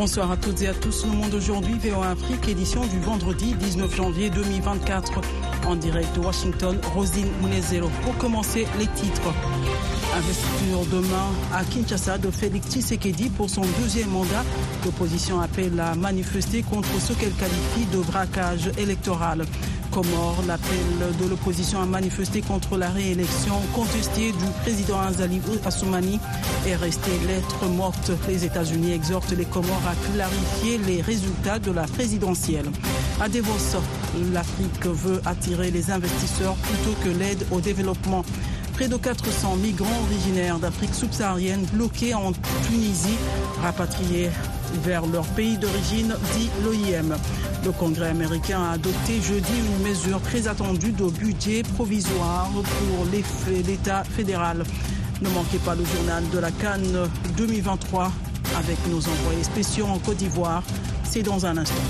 Bonsoir à toutes et à tous. Le monde aujourd'hui, VOA Afrique, édition du vendredi 19 janvier 2024. En direct de Washington, Rosine Munezero. Pour commencer, les titres. Investiture demain à Kinshasa de Félix Tshisekedi pour son deuxième mandat. L'opposition appelle à manifester contre ce qu'elle qualifie de braquage électoral. Comores, l'appel de l'opposition à manifester contre la réélection contestée du président Azali Assoumani est resté lettre morte. Les États-Unis exhortent les Comores à clarifier les résultats de la présidentielle. À Davos, l'Afrique veut attirer les investisseurs plutôt que l'aide au développement. Près de 400 migrants originaires d'Afrique subsaharienne bloqués en Tunisie, rapatriés vers leur pays d'origine, dit l'OIM. Le Congrès américain a adopté jeudi une mesure très attendue de budget provisoire pour l'État fédéral. Ne manquez pas le journal de la CAN 2023 avec nos envoyés spéciaux en Côte d'Ivoire. C'est dans un instant.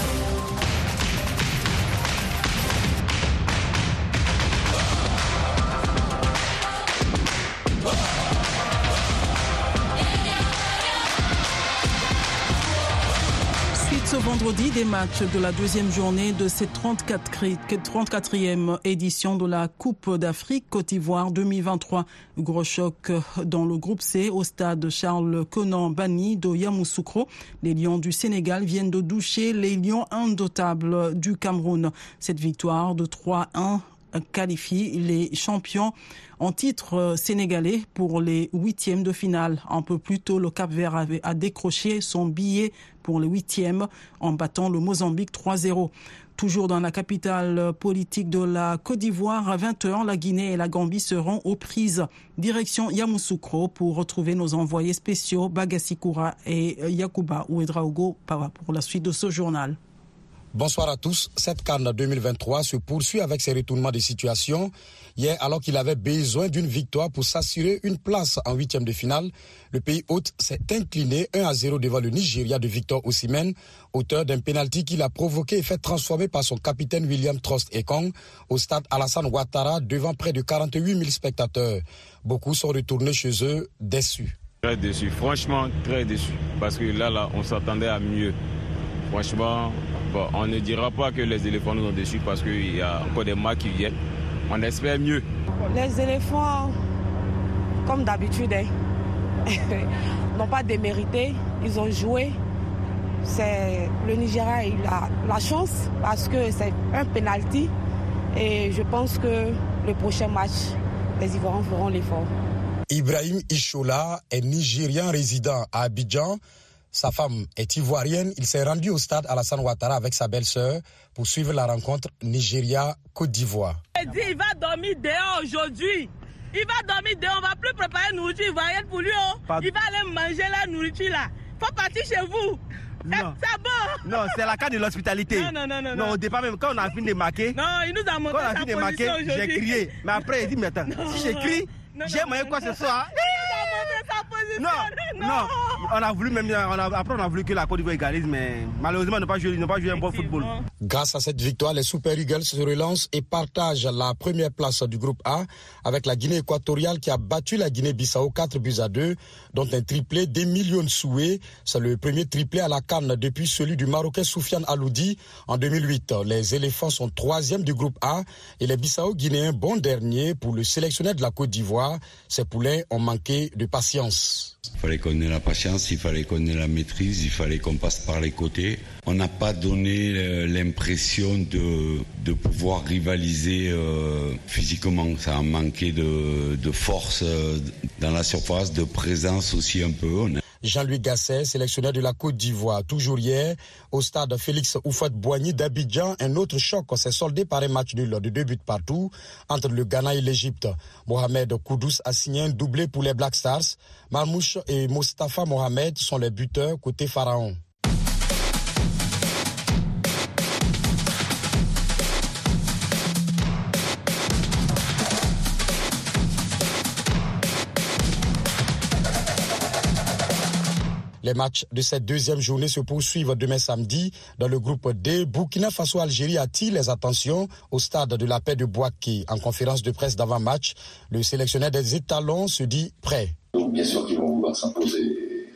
Ce vendredi, des matchs de la deuxième journée de cette 34e édition de la Coupe d'Afrique Côte d'Ivoire 2023. Gros choc dans le groupe C au stade Charles-Konan-Banny de Yamoussoukro. Les Lions du Sénégal viennent de doucher les Lions indoutables du Cameroun. Cette victoire de 3-1 qualifie les champions en titre sénégalais pour les huitièmes de finale. Un peu plus tôt, le Cap-Vert a décroché son billet pour les huitièmes en battant le Mozambique 3-0. Toujours dans la capitale politique de la Côte d'Ivoire, à 20h, la Guinée et la Gambie seront aux prises. Direction Yamoussoukro pour retrouver nos envoyés spéciaux Bagassi Koura et Yacouba Ouedraogo pour la suite de ce journal. Bonsoir à tous. Cette CAN 2023 se poursuit avec ses retournements de situation. Hier, alors qu'il avait besoin d'une victoire pour s'assurer une place en huitième de finale, le pays hôte s'est incliné 1-0 devant le Nigeria de Victor Osimhen, auteur d'un pénalty qu'il a provoqué et fait transformer par son capitaine William Trost-Ekong au stade Alassane Ouattara devant près de 48 000 spectateurs. Beaucoup sont retournés chez eux déçus. Très déçus, franchement très déçus, parce que là, on s'attendait à mieux. Franchement, bon, on ne dira pas que les éléphants nous ont déçus parce qu'il y a encore des matchs qui viennent. On espère mieux. Les éléphants, comme d'habitude, n'ont pas démérité. Ils ont joué. Le Nigeria a eu la chance parce que c'est un penalty. Et je pense que le prochain match, les Ivoiriens feront l'effort. Ibrahim Ishola est Nigérien résident à Abidjan. Sa femme est ivoirienne. Il s'est rendu au stade Alassane Ouattara avec sa belle-sœur pour suivre la rencontre Nigeria-Côte d'Ivoire. Il va dormir dehors aujourd'hui. Il va dormir dehors. On ne va plus préparer la nourriture ivoirienne pour lui. Il va aller manger la nourriture là. Il faut partir chez vous. Non. C'est bon. Non, c'est la carte de l'hospitalité. Non. Au départ même, quand on a fini de marquer. Non, il nous a montré sa position aujourd'hui. J'ai crié. Mais après, il dit, mais attends, si j'écris, j'ai moyen quoi ce soir. Non, on a voulu même, après on a voulu que la Côte d'Ivoire égalise, mais malheureusement, ils n'ont pas joué un bon football. Grâce à cette victoire, les Super Eagles se relancent et partagent la première place du groupe A avec la Guinée équatoriale qui a battu la Guinée-Bissau 4-2, dont un triplé d'Emilion Soué. C'est le premier triplé à la CAN depuis celui du Marocain Soufiane Aloudi en 2008. Les éléphants sont troisième du groupe A et les Bissau-Guinéens bons derniers pour le sélectionneur de la Côte d'Ivoire. Ces poulains ont manqué de patience. Il fallait qu'on ait la patience, il fallait qu'on ait la maîtrise, il fallait qu'on passe par les côtés. On n'a pas donné l'impression de pouvoir rivaliser physiquement. Ça a manqué de force dans la surface, de présence aussi un peu. Jean-Louis Gasset, sélectionneur de la Côte d'Ivoire, toujours hier, au stade Félix Houphouët-Boigny d'Abidjan, un autre choc s'est soldé par un match nul de 2 buts partout entre le Ghana et l'Égypte. Mohamed Koudous a signé un doublé pour les Black Stars. Marmouche et Mostafa Mohamed sont les buteurs côté Pharaon. Les matchs de cette deuxième journée se poursuivent demain samedi. Dans le groupe D, Burkina Faso-Algérie attire les attentions au stade de la paix de Bouaké. En conférence de presse d'avant-match, le sélectionneur des étalons se dit prêt. Donc bien sûr qu'ils vont vouloir s'imposer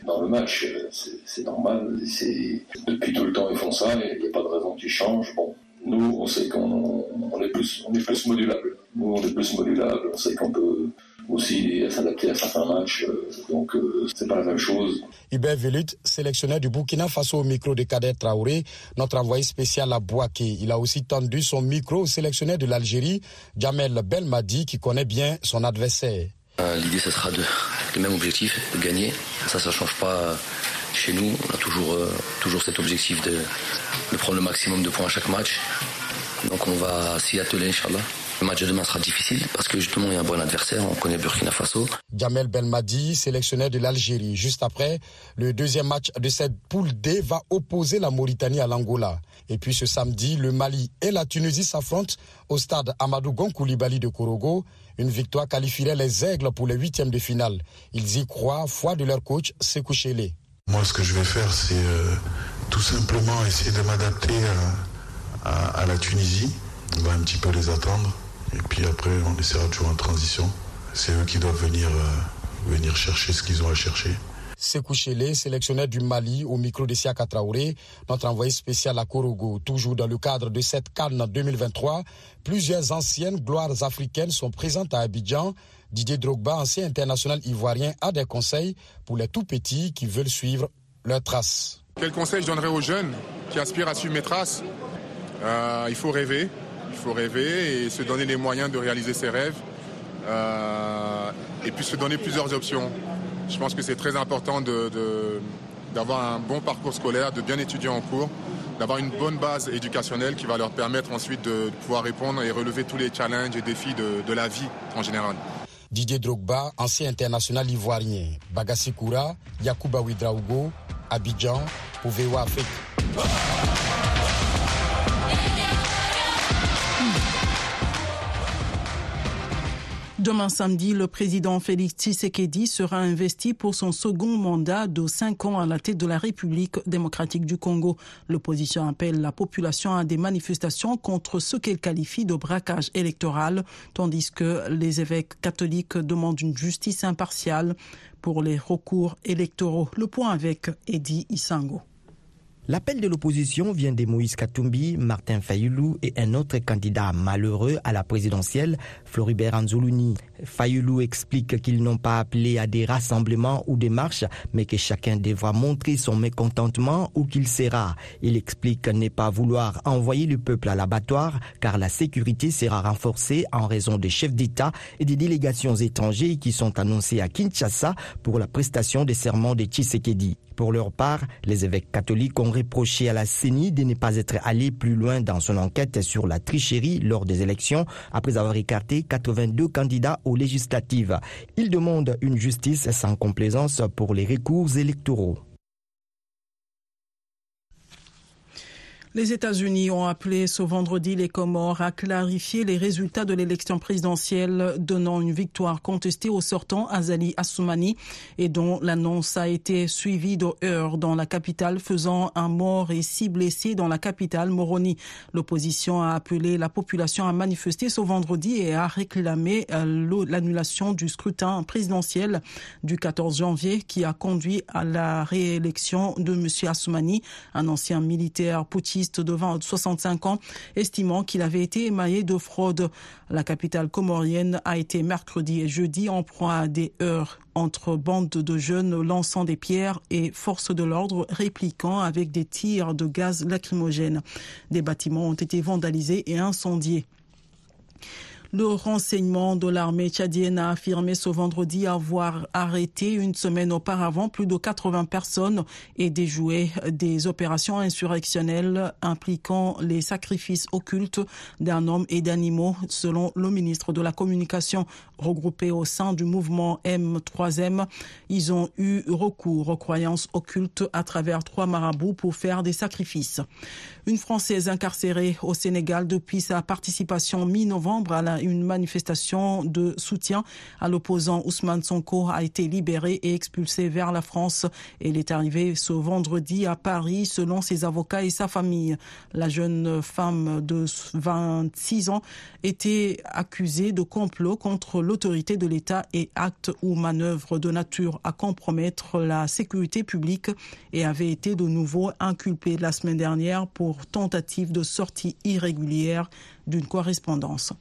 dans le match. C'est normal. Depuis tout le temps, ils font ça. Il n'y a pas de raison qu'ils changent. Bon, nous, on sait qu'on est plus modulable. Nous, on est plus modulable. On sait qu'on peut aussi s'adapter à certains matchs. Donc, c'est pas la même chose. Hubert Velut, sélectionneur du Burkina Faso au micro de Kader Traoré, notre envoyé spécial à Bouaké. Il a aussi tendu son micro au sélectionneur de l'Algérie, Jamel Belmadi, qui connaît bien son adversaire. L'idée, ce sera le même objectif, de gagner. Ça ne change pas chez nous. On a toujours cet objectif de prendre le maximum de points à chaque match. Donc on va s'y atteler, Inch'Allah. Le match de demain sera difficile parce que justement il y a un bon adversaire, on connaît Burkina Faso. Jamel Belmadi, sélectionneur de l'Algérie. Juste après, le deuxième match de cette poule D va opposer la Mauritanie à l'Angola. Et puis ce samedi, le Mali et la Tunisie s'affrontent au stade Amadou Gon Coulibaly de Korogo. Une victoire qualifierait les Aigles pour les 8e de finale. Ils y croient, foi de leur coach, Sékou Chélé. Moi, ce que je vais faire, c'est tout simplement essayer de m'adapter à la Tunisie. On va un petit peu les attendre. Et puis après, on essaiera toujours en transition. C'est eux qui doivent venir chercher ce qu'ils ont à chercher. Sékou Chélé, sélectionneur du Mali, au micro de Siaka Traoré, notre envoyé spécial à Korogo. Toujours dans le cadre de cette CAN 2023, plusieurs anciennes gloires africaines sont présentes à Abidjan. Didier Drogba, ancien international ivoirien, a des conseils pour les tout-petits qui veulent suivre leurs traces. Quel conseil je donnerais aux jeunes qui aspirent à suivre mes traces ? Il faut rêver. Il faut rêver et se donner les moyens de réaliser ses rêves. Et puis se donner plusieurs options. Je pense que c'est très important d'avoir un bon parcours scolaire, de bien étudier en cours, d'avoir une bonne base éducationnelle qui va leur permettre ensuite de pouvoir répondre et relever tous les challenges et défis de la vie en général. Didier Drogba, ancien international ivoirien. Bagassi Koura, Yacouba Ouedraogo, Abidjan, pour VOA Afrique. Demain samedi, le président Félix Tshisekedi sera investi pour son second mandat de 5 ans à la tête de la République démocratique du Congo. L'opposition appelle la population à des manifestations contre ce qu'elle qualifie de braquage électoral, tandis que les évêques catholiques demandent une justice impartiale pour les recours électoraux. Le point avec Eddy Isango. L'appel de l'opposition vient de Moïse Katumbi, Martin Fayulu et un autre candidat malheureux à la présidentielle, Floribert Anzoulouni. Fayulu explique qu'ils n'ont pas appelé à des rassemblements ou des marches, mais que chacun devra montrer son mécontentement où qu'il sera. Il explique ne pas vouloir envoyer le peuple à l'abattoir, car la sécurité sera renforcée en raison des chefs d'État et des délégations étrangères qui sont annoncées à Kinshasa pour la prestation des serments de Tshisekedi. Pour leur part, les évêques catholiques ont reproché à la CENI de ne pas être allé plus loin dans son enquête sur la tricherie lors des élections, après avoir écarté 82 candidats aux législatives. Ils demandent une justice sans complaisance pour les recours électoraux. Les États-Unis ont appelé ce vendredi les Comores à clarifier les résultats de l'élection présidentielle donnant une victoire contestée au sortant Azali Assoumani et dont l'annonce a été suivie de heurts dans la capitale, faisant un mort et 6 blessés dans la capitale Moroni. L'opposition a appelé la population à manifester ce vendredi et a réclamé l'annulation du scrutin présidentiel du 14 janvier qui a conduit à la réélection de M. Assoumani, un ancien militaire putschiste de 65 ans, estimant qu'il avait été émaillé de fraude. La capitale comorienne a été mercredi et jeudi en proie à des heurts entre bandes de jeunes lançant des pierres et forces de l'ordre répliquant avec des tirs de gaz lacrymogène. Des bâtiments ont été vandalisés et incendiés. Le renseignement de l'armée tchadienne a affirmé ce vendredi avoir arrêté une semaine auparavant plus de 80 personnes et déjoué des opérations insurrectionnelles impliquant les sacrifices occultes d'un homme et d'animaux, selon le ministre de la Communication. Regroupés au sein du mouvement M3M, ils ont eu recours aux croyances occultes à travers 3 marabouts pour faire des sacrifices. Une Française incarcérée au Sénégal depuis sa participation mi-novembre à une manifestation de soutien à l'opposant Ousmane Sonko a été libérée et expulsée vers la France. Elle est arrivée ce vendredi à Paris selon ses avocats et sa famille. La jeune femme de 26 ans était accusée de complot contre l'autorité de l'État et actes ou manœuvres de nature à compromettre la sécurité publique et avait été de nouveau inculpée la semaine dernière pour tentative de sortie irrégulière d'une correspondance.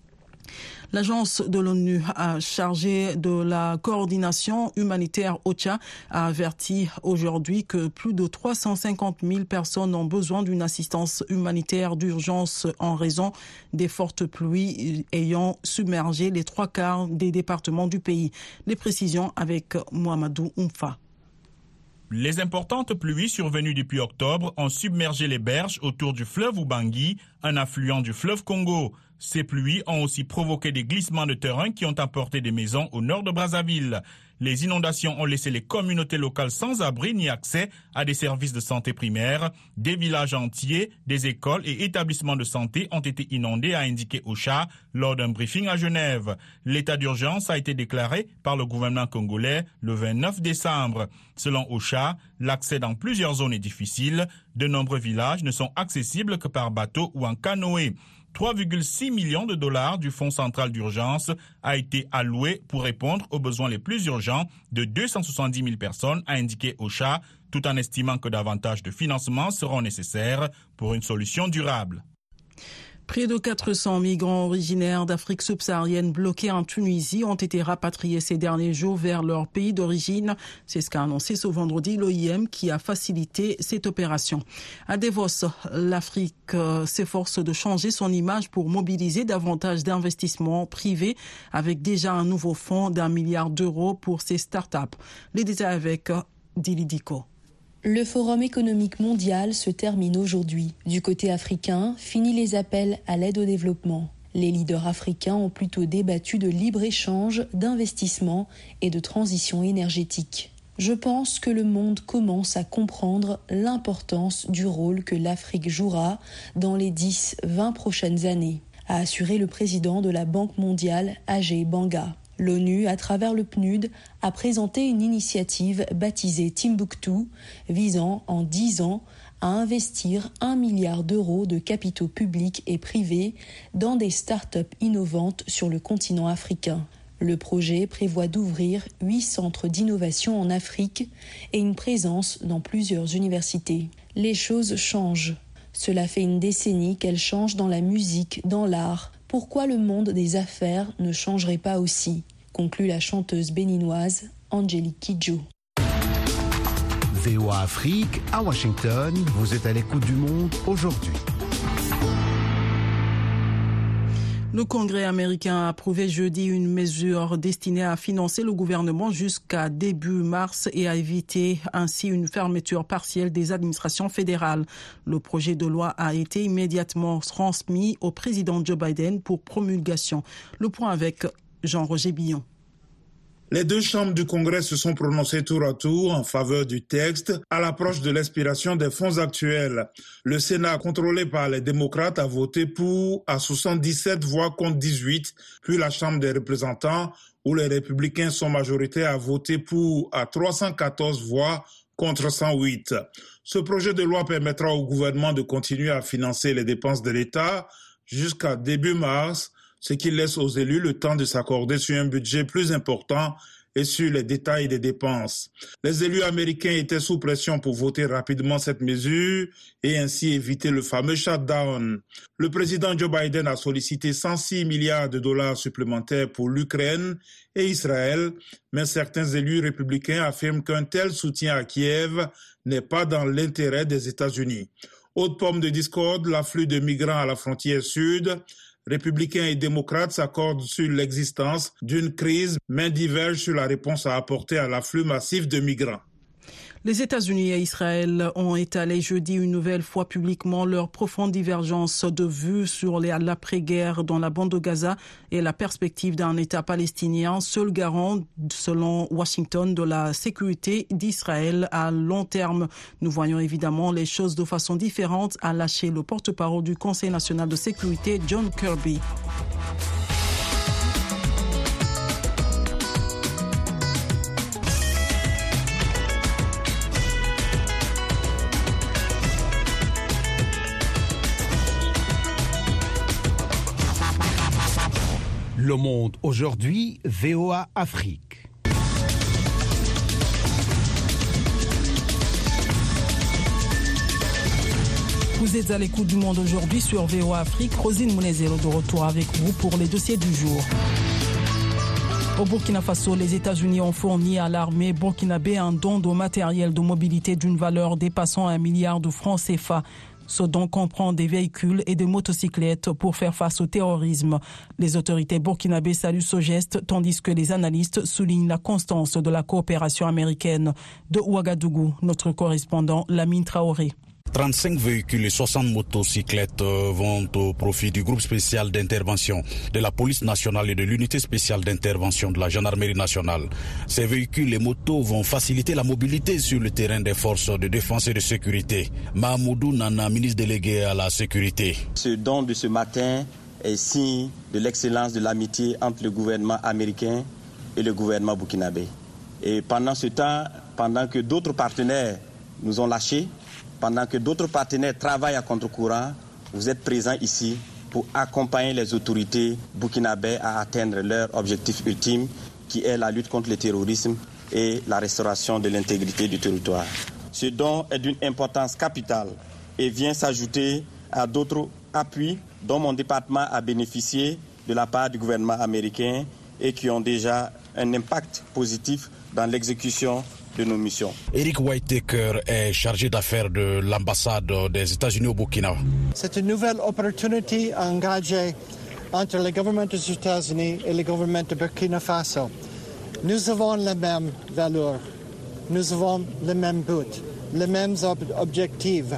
L'agence de l'ONU chargée de la coordination humanitaire OCHA a averti aujourd'hui que plus de 350 000 personnes ont besoin d'une assistance humanitaire d'urgence en raison des fortes pluies ayant submergé les 3/4 des départements du pays. Les précisions avec Mohamedou Oumfa. Les importantes pluies survenues depuis octobre ont submergé les berges autour du fleuve Ubangi, un affluent du fleuve Congo. Ces pluies ont aussi provoqué des glissements de terrain qui ont emporté des maisons au nord de Brazzaville. Les inondations ont laissé les communautés locales sans abri ni accès à des services de santé primaires. Des villages entiers, des écoles et établissements de santé ont été inondés, a indiqué OCHA lors d'un briefing à Genève. L'état d'urgence a été déclaré par le gouvernement congolais le 29 décembre. Selon OCHA, l'accès dans plusieurs zones est difficile. De nombreux villages ne sont accessibles que par bateau ou en canoë. 3,6 millions de dollars du Fonds central d'urgence a été alloué pour répondre aux besoins les plus urgents de 270 000 personnes, a indiqué OCHA, tout en estimant que davantage de financements seront nécessaires pour une solution durable. Près de 400 migrants originaires d'Afrique subsaharienne bloqués en Tunisie ont été rapatriés ces derniers jours vers leur pays d'origine. C'est ce qu'a annoncé ce vendredi l'OIM qui a facilité cette opération. À Davos, l'Afrique s'efforce de changer son image pour mobiliser davantage d'investissements privés avec déjà un nouveau fonds d'1 milliard d'euros pour ses startups. Les détails avec Dili Diko. Le Forum économique mondial se termine aujourd'hui. Du côté africain, fini les appels à l'aide au développement. Les leaders africains ont plutôt débattu de libre-échange, d'investissement et de transition énergétique. Je pense que le monde commence à comprendre l'importance du rôle que l'Afrique jouera dans les 10-20 prochaines années, a assuré le président de la Banque mondiale, Ajay Banga. L'ONU, à travers le PNUD, a présenté une initiative baptisée Timbuktu, visant en 10 ans à investir 1 milliard d'euros de capitaux publics et privés dans des start-up innovantes sur le continent africain. Le projet prévoit d'ouvrir 8 centres d'innovation en Afrique et une présence dans plusieurs universités. Les choses changent. Cela fait une décennie qu'elles changent dans la musique, dans l'art. Pourquoi le monde des affaires ne changerait pas aussi ? Conclut la chanteuse béninoise Angélique Kidjo. VOA Afrique, à Washington, vous êtes à l'écoute du monde aujourd'hui. Le Congrès américain a approuvé jeudi une mesure destinée à financer le gouvernement jusqu'à début mars et à éviter ainsi une fermeture partielle des administrations fédérales. Le projet de loi a été immédiatement transmis au président Joe Biden pour promulgation. Le point avec Jean-Roger Billon. Les deux chambres du Congrès se sont prononcées tour à tour en faveur du texte à l'approche de l'expiration des fonds actuels. Le Sénat, contrôlé par les démocrates, a voté pour à 77 voix contre 18, puis la Chambre des représentants, où les républicains sont majoritaires, a voté pour à 314 voix contre 108. Ce projet de loi permettra au gouvernement de continuer à financer les dépenses de l'État jusqu'à début mars, ce qui laisse aux élus le temps de s'accorder sur un budget plus important et sur les détails des dépenses. Les élus américains étaient sous pression pour voter rapidement cette mesure et ainsi éviter le fameux shutdown. Le président Joe Biden a sollicité 106 milliards de dollars supplémentaires pour l'Ukraine et Israël, mais certains élus républicains affirment qu'un tel soutien à Kiev n'est pas dans l'intérêt des États-Unis. Autre pomme de discorde, l'afflux de migrants à la frontière sud. Républicains et démocrates s'accordent sur l'existence d'une crise, mais divergent sur la réponse à apporter à l'afflux massif de migrants. Les États-Unis et Israël ont étalé jeudi une nouvelle fois publiquement leur profonde divergence de vues sur l'après-guerre dans la bande de Gaza et la perspective d'un État palestinien, seul garant, selon Washington, de la sécurité d'Israël à long terme. Nous voyons évidemment les choses de façon différente, a lâché le porte-parole du Conseil national de sécurité, John Kirby. Le Monde aujourd'hui, VOA Afrique. Vous êtes à l'écoute du Monde aujourd'hui sur VOA Afrique. Rosine Munezero de retour avec vous pour les dossiers du jour. Au Burkina Faso, les États-Unis ont fourni à l'armée burkinabé un don de matériel de mobilité d'une valeur dépassant 1 milliard de francs CFA. Ce don comprend des véhicules et des motocyclettes pour faire face au terrorisme. Les autorités burkinabées saluent ce geste, tandis que les analystes soulignent la constance de la coopération américaine. De Ouagadougou, notre correspondant Lamine Traoré. 35 véhicules et 60 motocyclettes vont au profit du groupe spécial d'intervention de la police nationale et de l'unité spéciale d'intervention de la gendarmerie nationale. Ces véhicules et motos vont faciliter la mobilité sur le terrain des forces de défense et de sécurité. Mahamoudou Nana, ministre délégué à la sécurité. Ce don de ce matin est signe de l'excellence de l'amitié entre le gouvernement américain et le gouvernement burkinabé. Et pendant ce temps, pendant que d'autres partenaires nous ont lâchés, pendant que d'autres partenaires travaillent à contre-courant, vous êtes présents ici pour accompagner les autorités burkinabées à atteindre leur objectif ultime, qui est la lutte contre le terrorisme et la restauration de l'intégrité du territoire. Ce don est d'une importance capitale et vient s'ajouter à d'autres appuis dont mon département a bénéficié de la part du gouvernement américain et qui ont déjà un impact positif dans l'exécution de nos missions. Eric Whitaker est chargé d'affaires de l'ambassade des États-Unis au Burkina. C'est une nouvelle opportunité à engager entre le gouvernement des États-Unis et le gouvernement de Burkina Faso. Nous avons les mêmes valeurs, nous avons les mêmes buts, les mêmes objectifs.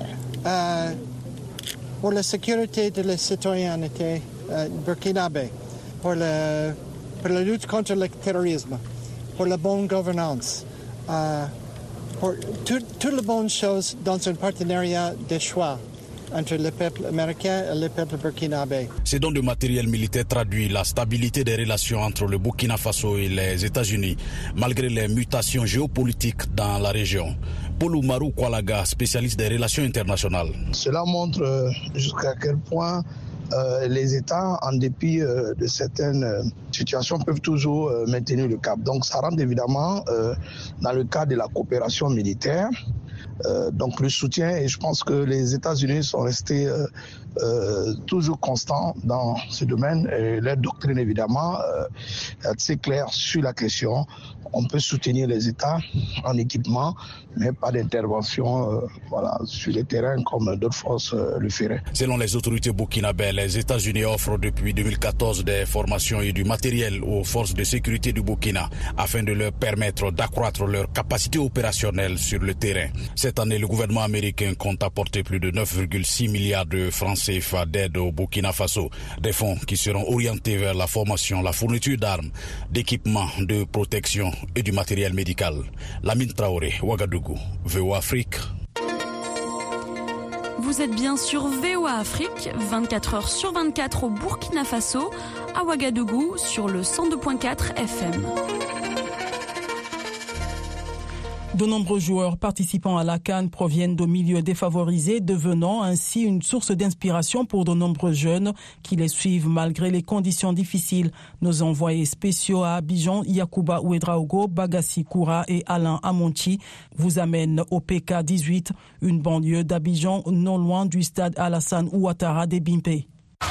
Pour la sécurité de la citoyenneté burkinabé, pour la lutte contre le terrorisme, pour la bonne gouvernance, pour toutes les bonnes choses dans un partenariat de choix entre le peuple américain et le peuple burkinabé. Ces dons de matériel militaire traduit la stabilité des relations entre le Burkina Faso et les États-Unis, malgré les mutations géopolitiques dans la région. Paul Oumarou Kwalaga, spécialiste des relations internationales. Cela montre jusqu'à quel point les États, en dépit de certaines situations, peuvent toujours maintenir le cap. Donc ça rentre évidemment dans le cadre de la coopération militaire. Donc le soutien, et je pense que les États-Unis sont restés toujours constants dans ce domaine. Et leur doctrine, évidemment, est assez claire sur la question. On peut soutenir les États en équipement, mais pas d'intervention sur les terrains comme d'autres forces le feraient. Selon les autorités burkinabées, les États-Unis offrent depuis 2014 des formations et du matériel aux forces de sécurité du Burkina afin de leur permettre d'accroître leur capacité opérationnelle sur le terrain. Cette année, le gouvernement américain compte apporter plus de 9,6 milliards de francs CFA d'aide au Burkina Faso. Des fonds qui seront orientés vers la formation, la fourniture d'armes, d'équipements de protection et du matériel médical. Lamine Traoré, Ouagadougou, VOA Afrique. Vous êtes bien sur VOA Afrique, 24 heures sur 24 au Burkina Faso, à Ouagadougou sur le 102.4 FM. De nombreux joueurs participant à la CAN proviennent de milieux défavorisés, devenant ainsi une source d'inspiration pour de nombreux jeunes qui les suivent malgré les conditions difficiles. Nos envoyés spéciaux à Abidjan, Yacouba Ouedraogo, Bagassi Koura et Alain Amonti vous amènent au PK18, une banlieue d'Abidjan non loin du stade Alassane Ouattara d'Ebimpe.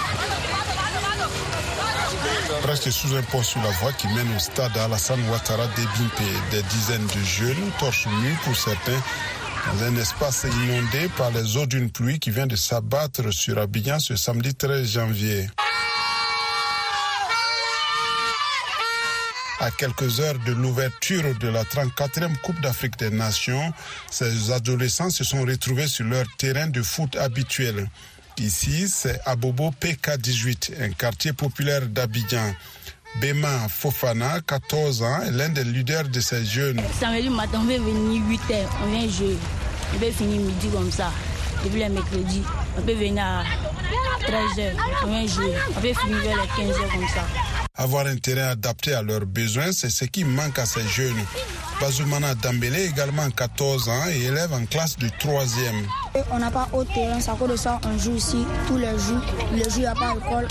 Presque sous un pont sur la voie qui mène au stade Alassane Ouattara d'Ebimpe. Des dizaines de jeunes, torse nus pour certains, dans un espace inondé par les eaux d'une pluie qui vient de s'abattre sur Abidjan ce samedi 13 janvier. À quelques heures de l'ouverture de la 34e Coupe d'Afrique des Nations, ces adolescents se sont retrouvés sur leur terrain de foot habituel. Ici, c'est Abobo PK18, un quartier populaire d'Abidjan. Bema Fofana, 14 ans, est l'un des leaders de ces jeunes. Samedi matin, on va venir 8h, on vient jouer. On va finir midi comme ça. Depuis le mercredi, on peut venir à 13h, on vient jouer. On peut finir vers les 15h comme ça. Avoir un terrain adapté à leurs besoins, c'est ce qui manque à ces jeunes. Bazoumana Dambélé, également 14 ans et élève en classe de 3e. On n'a pas haut terrain, c'est à cause de ça on joue ici tous les jours. Les jours, il n'y a pas d'école.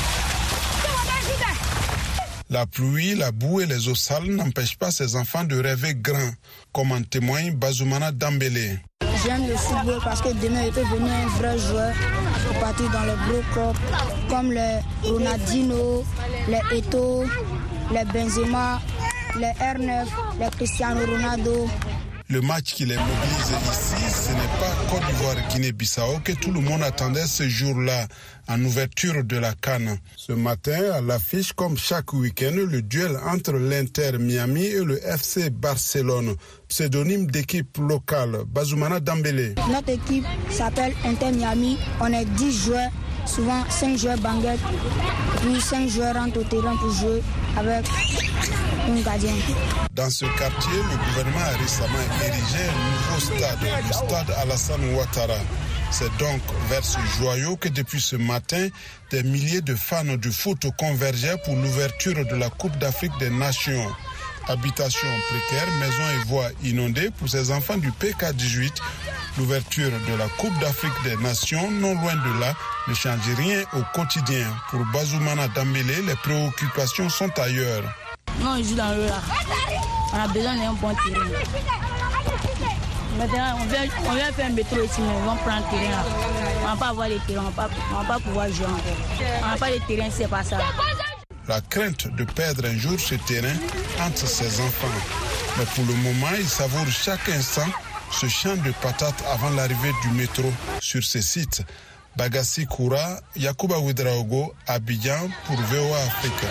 La pluie, la boue et les eaux sales n'empêchent pas ces enfants de rêver grand, comme en témoigne Bazoumana Dambélé. J'aime le football parce que demain, il peut venir un vrai joueur pour partir dans les gros clubs, comme les Ronaldinho, les Eto'o, les Benzema, les R9, les Cristiano Ronaldo. Le match qui les mobilise ici, ce n'est pas Côte d'Ivoire-Guinée-Bissau que tout le monde attendait ce jour-là, en ouverture de la CAN. Ce matin, à l'affiche, comme chaque week-end, le duel entre l'Inter Miami et le FC Barcelone, pseudonyme d'équipe locale, Bazoumana Dambélé. Notre équipe s'appelle Inter Miami, on est 10 joueurs, souvent 5 joueurs banguettes, puis 5 joueurs rentrent au terrain pour jouer avec un gardien. Dans ce quartier, le gouvernement a récemment érigé un nouveau stade, le stade Alassane Ouattara. C'est donc vers ce joyau que depuis ce matin, des milliers de fans du foot convergeaient pour l'ouverture de la Coupe d'Afrique des Nations. Habitations précaires, maisons et voies inondées pour ces enfants du PK18. L'ouverture de la Coupe d'Afrique des Nations, non loin de là, ne change rien au quotidien. Pour Bazoumana Dambélé, les préoccupations sont ailleurs. Non, on joue dans l'eau là. On a besoin d'un bon terrain. Maintenant, on vient faire un métro ici, mais on va prendre le terrain là. On va pas avoir les terrains, on va pas pouvoir jouer encore. On n'a pas les terrains, c'est pas ça. La crainte de perdre un jour ce terrain entre ses enfants. Mais pour le moment, ils savourent chaque instant ce champ de patates avant l'arrivée du métro sur ces sites. Bagassi Koura, Yacouba Ouedraogo, Abidjan pour VOA Afrique.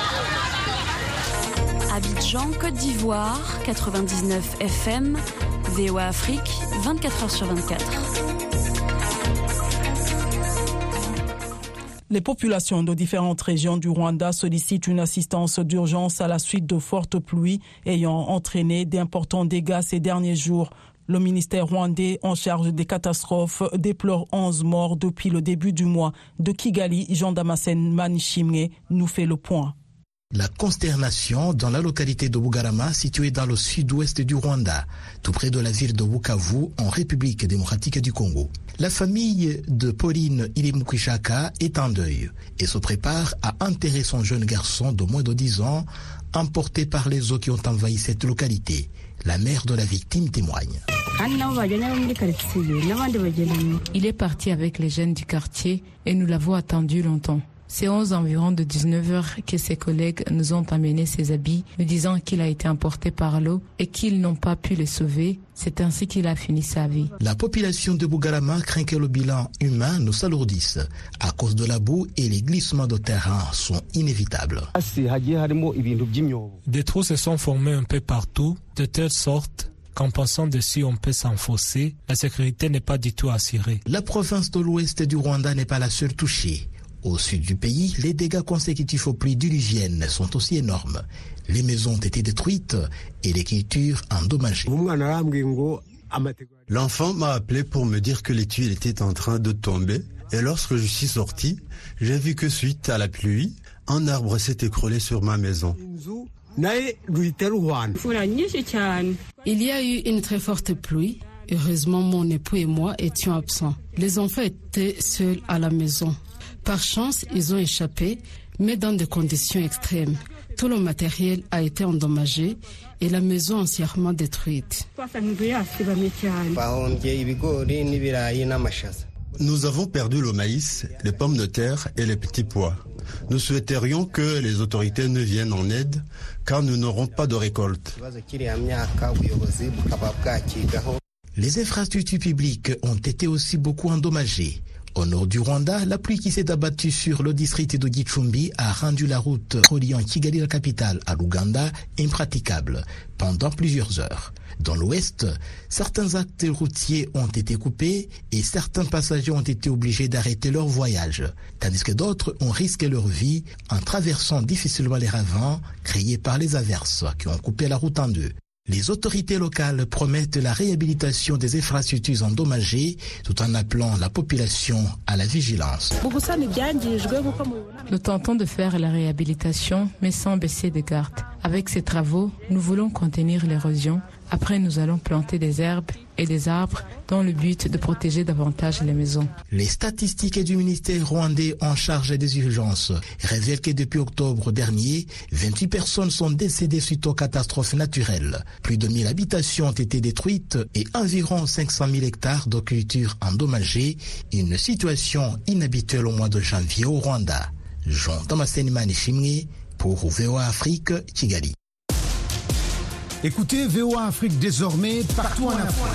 Abidjan, Côte d'Ivoire, 99 FM, VOA Afrique, 24h sur 24. Les populations de différentes régions du Rwanda sollicitent une assistance d'urgence à la suite de fortes pluies ayant entraîné d'importants dégâts ces derniers jours. Le ministère rwandais en charge des catastrophes déplore 11 morts depuis le début du mois. De Kigali, Jean Damascène Manishimwe nous fait le point. La consternation dans la localité de Bugarama, située dans le sud-ouest du Rwanda, tout près de la ville de Bukavu, en République démocratique du Congo. La famille de Pauline Ilimukwishaka est en deuil et se prépare à enterrer son jeune garçon de moins de 10 ans, emporté par les eaux qui ont envahi cette localité. La mère de la victime témoigne. Il est parti avec les jeunes du quartier et nous l'avons attendu longtemps. C'est aux environs de 19h que ses collègues nous ont amené ses habits, nous disant qu'il a été emporté par l'eau et qu'ils n'ont pas pu le sauver. C'est ainsi qu'il a fini sa vie. La population de Bugarama craint que le bilan humain ne s'alourdisse à cause de la boue et les glissements de terrain sont inévitables. Des trous se sont formés un peu partout, de telle sorte qu'en passant dessus on peut s'enfoncer. La sécurité n'est pas du tout assurée. La province de l'ouest du Rwanda n'est pas la seule touchée. Au sud du pays, les dégâts consécutifs aux pluies diluviennes sont aussi énormes. Les maisons ont été détruites et les cultures endommagées. L'enfant m'a appelé pour me dire que les tuiles étaient en train de tomber. Et lorsque je suis sorti, j'ai vu que suite à la pluie, un arbre s'est écroulé sur ma maison. Il y a eu une très forte pluie. Heureusement, mon époux et moi étions absents. Les enfants étaient seuls à la maison. Par chance, ils ont échappé, mais dans des conditions extrêmes. Tout le matériel a été endommagé et la maison entièrement détruite. Nous avons perdu le maïs, les pommes de terre et les petits pois. Nous souhaiterions que les autorités nous viennent en aide, car nous n'aurons pas de récolte. Les infrastructures publiques ont été aussi beaucoup endommagées. Au nord du Rwanda, la pluie qui s'est abattue sur le district de Gicumbi a rendu la route reliant Kigali, la capitale, à l'Ouganda, impraticable pendant plusieurs heures. Dans l'ouest, certains axes routiers ont été coupés et certains passagers ont été obligés d'arrêter leur voyage, tandis que d'autres ont risqué leur vie en traversant difficilement les ravins créés par les averses qui ont coupé la route en deux. Les autorités locales promettent la réhabilitation des infrastructures endommagées tout en appelant la population à la vigilance. Nous tentons de faire la réhabilitation, mais sans baisser de garde. Avec ces travaux, nous voulons contenir l'érosion. Après, nous allons planter des herbes et des arbres dans le but de protéger davantage les maisons. Les statistiques du ministère rwandais en charge des urgences révèlent que depuis octobre dernier, 28 personnes sont décédées suite aux catastrophes naturelles. Plus de 1000 habitations ont été détruites et environ 500 000 hectares de cultures endommagées. Une situation inhabituelle au mois de janvier au Rwanda. Jean-Thomas Senimani pour VOA Afrique, Kigali. Écoutez VOA Afrique désormais partout en Afrique.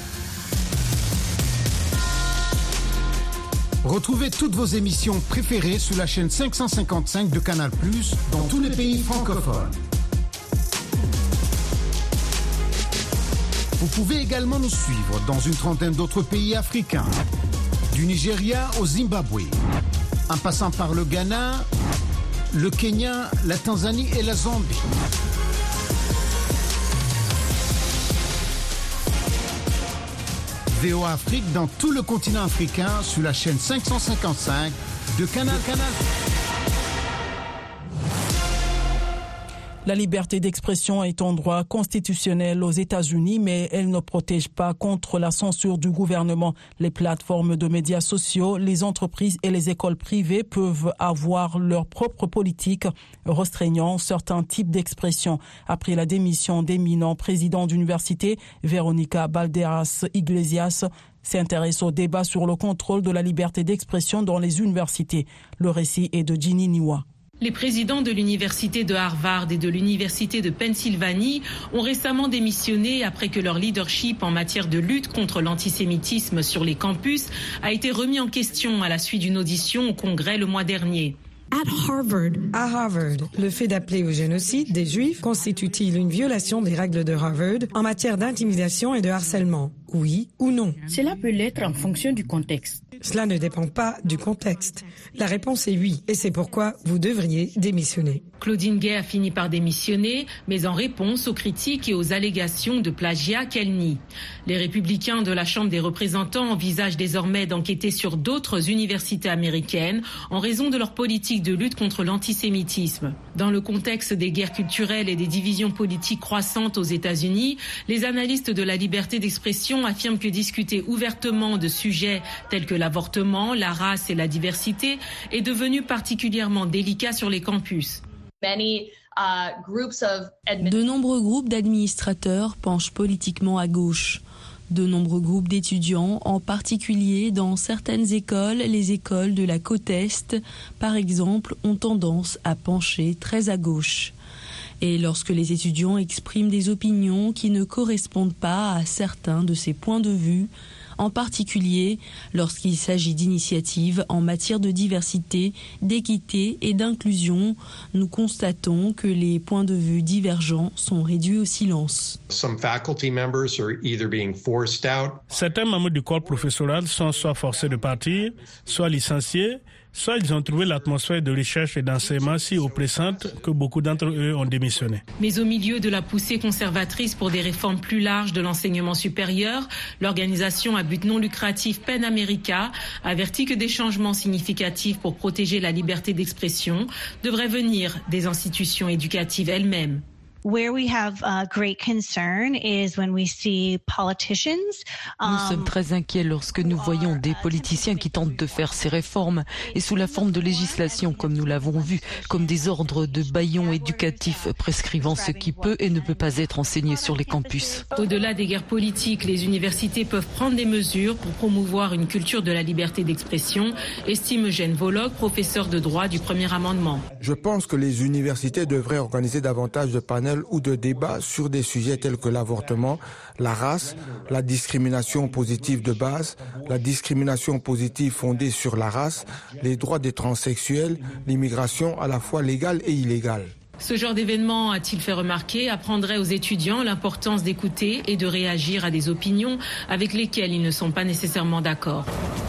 Retrouvez toutes vos émissions préférées sur la chaîne 555 de Canal+, dans tous les pays francophones. Vous pouvez également nous suivre dans une trentaine d'autres pays africains, du Nigeria au Zimbabwe, en passant par le Ghana, le Kenya, la Tanzanie et la Zambie. VOA Afrique dans tout le continent africain sur la chaîne 555 de Canal. La liberté d'expression est un droit constitutionnel aux États-Unis, mais elle ne protège pas contre la censure du gouvernement. Les plateformes de médias sociaux, les entreprises et les écoles privées peuvent avoir leur propre politique restreignant certains types d'expression. Après la démission d'éminent président d'université, Verónica Balderas Iglesias s'intéresse au débat sur le contrôle de la liberté d'expression dans les universités. Le récit est de Ginny Niwa. Les présidents de l'université de Harvard et de l'université de Pennsylvanie ont récemment démissionné après que leur leadership en matière de lutte contre l'antisémitisme sur les campus a été remis en question à la suite d'une audition au Congrès le mois dernier. À Harvard, le fait d'appeler au génocide des Juifs constitue-t-il une violation des règles de Harvard en matière d'intimidation et de harcèlement? Oui ou non? Cela peut l'être en fonction du contexte. Cela ne dépend pas du contexte. La réponse est oui, et c'est pourquoi vous devriez démissionner. Claudine Gay a fini par démissionner, mais en réponse aux critiques et aux allégations de plagiat qu'elle nie. Les républicains de la Chambre des représentants envisagent désormais d'enquêter sur d'autres universités américaines en raison de leur politique de lutte contre l'antisémitisme. Dans le contexte des guerres culturelles et des divisions politiques croissantes aux États-Unis, les analystes de la liberté d'expression affirment que discuter ouvertement de sujets tels que l'avortement, la race et la diversité est devenu particulièrement délicat sur les campus. De nombreux groupes d'administrateurs penchent politiquement à gauche. De nombreux groupes d'étudiants, en particulier dans certaines écoles, les écoles de la côte Est, par exemple, ont tendance à pencher très à gauche. Et lorsque les étudiants expriment des opinions qui ne correspondent pas à certains de ces points de vue, en particulier lorsqu'il s'agit d'initiatives en matière de diversité, d'équité et d'inclusion, nous constatons que les points de vue divergents sont réduits au silence. Certains membres du corps professoral sont soit forcés de partir, soit licenciés, soit ils ont trouvé l'atmosphère de recherche et d'enseignement si oppressante que beaucoup d'entre eux ont démissionné. Mais au milieu de la poussée conservatrice pour des réformes plus larges de l'enseignement supérieur, l'organisation à but non lucratif PEN America avertit que des changements significatifs pour protéger la liberté d'expression devraient venir des institutions éducatives elles-mêmes. Where we have great concern is when we see politicians. Nous sommes très inquiets lorsque nous voyons des politiciens qui tentent de faire ces réformes et sous la forme de législation comme nous l'avons vu, comme des ordres de bâillons éducatifs prescrivant ce qui peut et ne peut pas être enseigné sur les campus. Au-delà des guerres politiques, les universités peuvent prendre des mesures pour promouvoir une culture de la liberté d'expression, estime Eugène Volok, professeur de droit du premier amendement. Je pense que les universités devraient organiser davantage de panels sociale ou de débat sur des sujets tels que l'avortement, la race, la discrimination positive de base, la discrimination positive fondée sur la race, les droits des transsexuels, l'immigration à la fois légale et illégale. Ce genre d'événement, a-t-il fait remarquer, apprendrait aux étudiants l'importance d'écouter et de réagir à des opinions avec lesquelles ils ne sont pas nécessairement d'accord.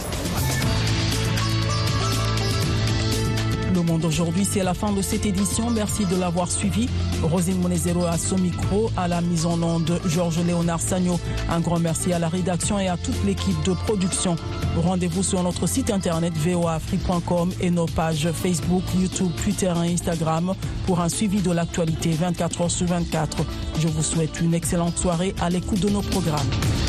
Le Monde aujourd'hui, c'est la fin de cette édition. Merci de l'avoir suivi. Rosine Monezero à son micro, à la mise en onde Georges Léonard Sagno. Un grand merci à la rédaction et à toute l'équipe de production. Rendez-vous sur notre site internet voaafrique.com et nos pages Facebook, YouTube, Twitter et Instagram pour un suivi de l'actualité 24 heures sur 24. Je vous souhaite une excellente soirée à l'écoute de nos programmes.